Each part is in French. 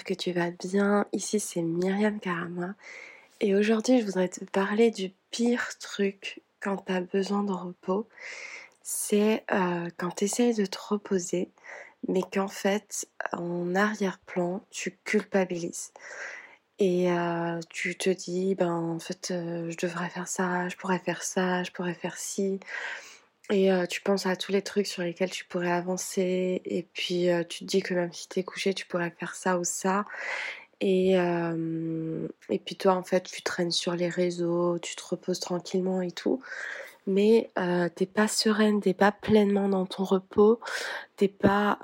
que tu vas bien. Ici, c'est Myriam Karama. Et aujourd'hui, je voudrais te parler du pire truc quand tu as besoin de repos. C'est quand tu essayes de te reposer, mais qu'en fait, en arrière-plan, tu culpabilises. Et tu te dis, en fait, je devrais faire ça, je pourrais faire ça, je pourrais faire ci. Et tu penses à tous les trucs sur lesquels tu pourrais avancer. Et puis, tu te dis que même si t'es couché, tu pourrais faire ça ou ça. Et puis toi, en fait, tu traînes sur les réseaux, tu te reposes tranquillement et tout. Mais tu pas sereine, tu pas pleinement dans ton repos, tu pas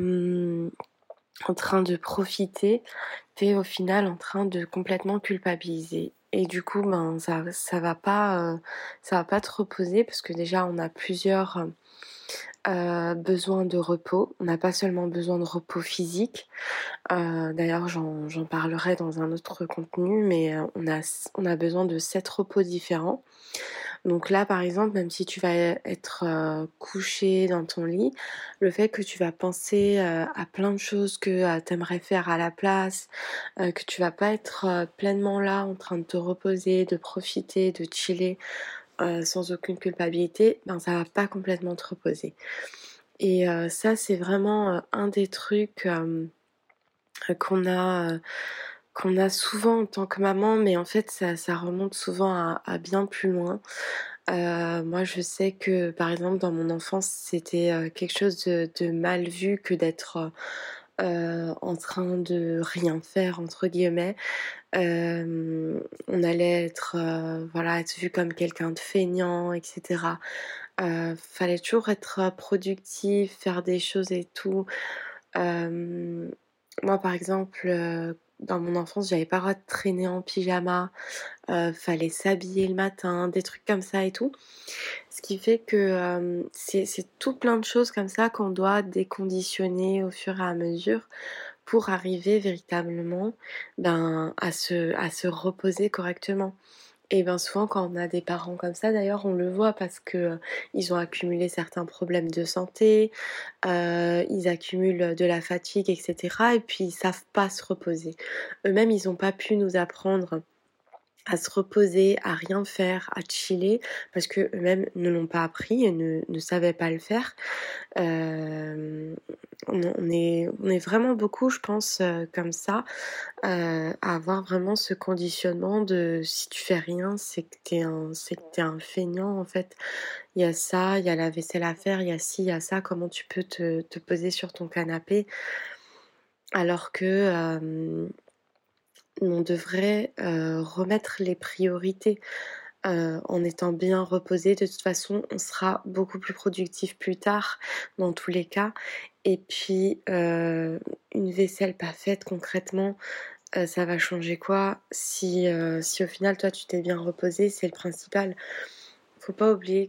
en train de profiter, tu au final en train de complètement culpabiliser. Et du coup, ça va pas te reposer parce que déjà, on a plusieurs besoins de repos. On n'a pas seulement besoin de repos physique. D'ailleurs, j'en parlerai dans un autre contenu, mais on a besoin de 7 repos différents. Donc là, par exemple, même si tu vas être couché dans ton lit, le fait que tu vas penser à plein de choses que tu aimerais faire à la place, que tu vas pas être pleinement là en train de te reposer, de profiter, de chiller sans aucune culpabilité, ça va pas complètement te reposer. Et ça, c'est vraiment un des trucs qu'on a... qu'on a souvent en tant que maman, mais en fait ça remonte souvent à bien plus loin. Moi je sais que par exemple dans mon enfance c'était quelque chose de mal vu que d'être en train de rien faire entre guillemets. On allait être voilà, être vu comme quelqu'un de feignant, etc. Fallait toujours être productif, faire des choses et tout. Euh, Moi par exemple dans mon enfance, j'avais pas le droit de traîner en pyjama, fallait s'habiller le matin, des trucs comme ça et tout. Ce qui fait que c'est tout plein de choses comme ça qu'on doit déconditionner au fur et à mesure pour arriver véritablement à se reposer correctement. Et bien souvent quand on a des parents comme ça d'ailleurs on le voit parce que ils ont accumulé certains problèmes de santé, ils accumulent de la fatigue etc. Et puis ils savent pas se reposer. Eux-mêmes ils ont pas pu nous apprendre à se reposer, à rien faire, à chiller, parce que eux-mêmes ne l'ont pas appris et ne savaient pas le faire. On est vraiment beaucoup, je pense, comme ça, à avoir vraiment ce conditionnement de si tu fais rien, c'est que t'es un feignant en fait. Il y a ça, il y a la vaisselle à faire, il y a ci, il y a ça. Comment tu peux te poser sur ton canapé alors que on devrait remettre les priorités en étant bien reposé. De toute façon, on sera beaucoup plus productif plus tard, dans tous les cas. Et puis, une vaisselle pas faite, concrètement, ça va changer quoi si au final, toi, tu t'es bien reposé, c'est le principal. Faut pas oublier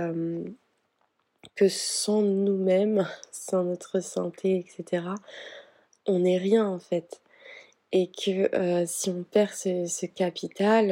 que sans nous-mêmes, sans notre santé, etc., on n'est rien, en fait. Et que si on perd ce capital,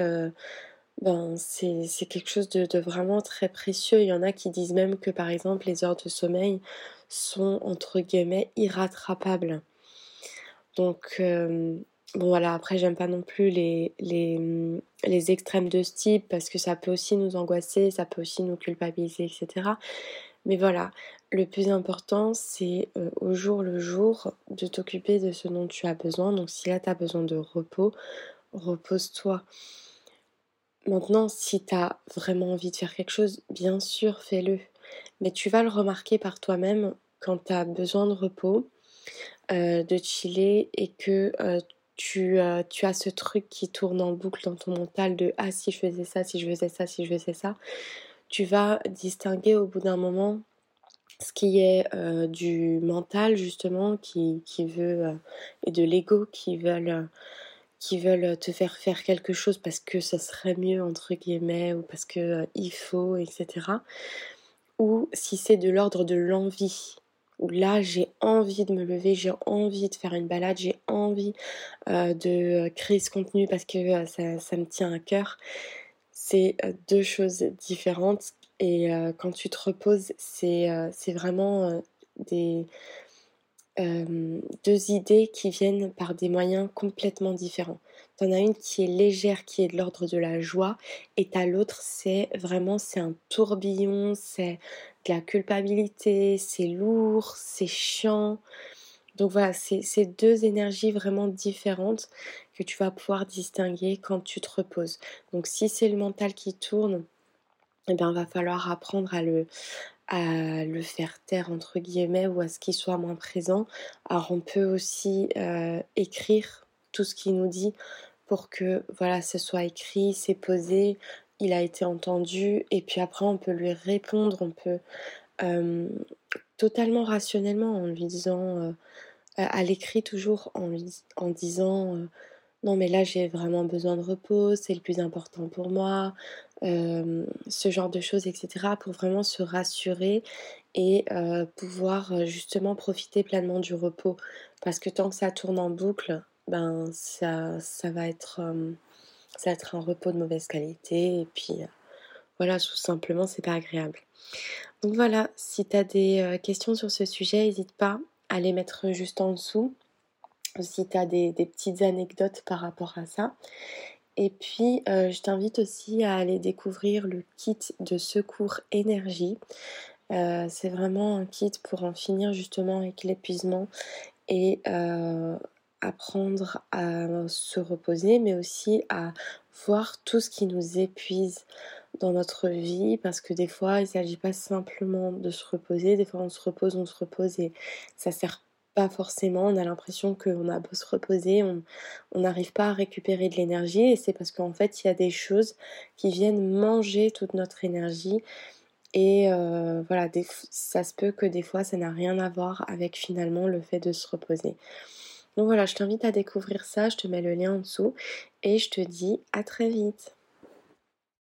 c'est quelque chose de vraiment très précieux. Il y en a qui disent même que par exemple les heures de sommeil sont entre guillemets irrattrapables. Donc bon voilà, après j'aime pas non plus les extrêmes de ce type parce que ça peut aussi nous angoisser, ça peut aussi nous culpabiliser, etc. Mais voilà, le plus important c'est au jour le jour de t'occuper de ce dont tu as besoin. Donc si là tu as besoin de repos, repose-toi. Maintenant, si tu as vraiment envie de faire quelque chose, bien sûr, fais-le. Mais tu vas le remarquer par toi-même quand tu as besoin de repos, de chiller et que tu as ce truc qui tourne en boucle dans ton mental de ah si je faisais ça, si je faisais ça, si je faisais ça. Tu vas distinguer au bout d'un moment ce qui est du mental justement qui veut et de l'ego qui veulent te faire faire quelque chose parce que ça serait mieux entre guillemets ou parce que il faut, etc. Ou si c'est de l'ordre de l'envie, où là j'ai envie de me lever, j'ai envie de faire une balade, j'ai envie de créer ce contenu parce que ça me tient à cœur. C'est deux choses différentes et quand tu te reposes, c'est vraiment des 2 idées qui viennent par des moyens complètement différents. Tu en as une qui est légère, qui est de l'ordre de la joie et tu as l'autre, c'est un tourbillon, c'est de la culpabilité, c'est lourd, c'est chiant. Donc voilà, c'est 2 énergies vraiment différentes que tu vas pouvoir distinguer quand tu te reposes. Donc si c'est le mental qui tourne, eh bien, va falloir apprendre à le «faire taire» entre guillemets ou à ce qu'il soit moins présent. Alors on peut aussi, écrire tout ce qu'il nous dit pour que voilà, ce soit écrit, c'est posé, il a été entendu et puis après on peut lui répondre, on peut, hem, totalement rationnellement en lui disant, à l'écrit toujours en disant, non mais là j'ai vraiment besoin de repos, c'est le plus important pour moi, ce genre de choses et cetera pour vraiment se rassurer et pouvoir, justement profiter pleinement du repos. Parce que tant que ça tourne en boucle, ben ça va être, ça va être un repos de mauvaise qualité et puis, voilà, tout simplement c'est pas agréable. Donc voilà, si tu as des, questions sur ce sujet, hésite pas à les mettre juste en dessous. Si tu as des petites anecdotes par rapport à ça. Et puis, je t'invite aussi à aller découvrir le kit de secours énergie. C'est vraiment un kit pour en finir justement avec l'épuisement et apprendre à se reposer, mais aussi à voir tout ce qui nous épuise dans notre vie. Parce que des fois, il ne s'agit pas simplement de se reposer. Des fois, on se repose et ça sert pas forcément. On a l'impression qu'on a beau se reposer, on n'arrive pas à récupérer de l'énergie. Et c'est parce qu'en fait, il y a des choses qui viennent manger toute notre énergie et voilà, ça se peut que des fois, ça n'a rien à voir avec finalement le fait de se reposer. Donc voilà, je t'invite à découvrir ça, je te mets le lien en dessous et je te dis à très vite.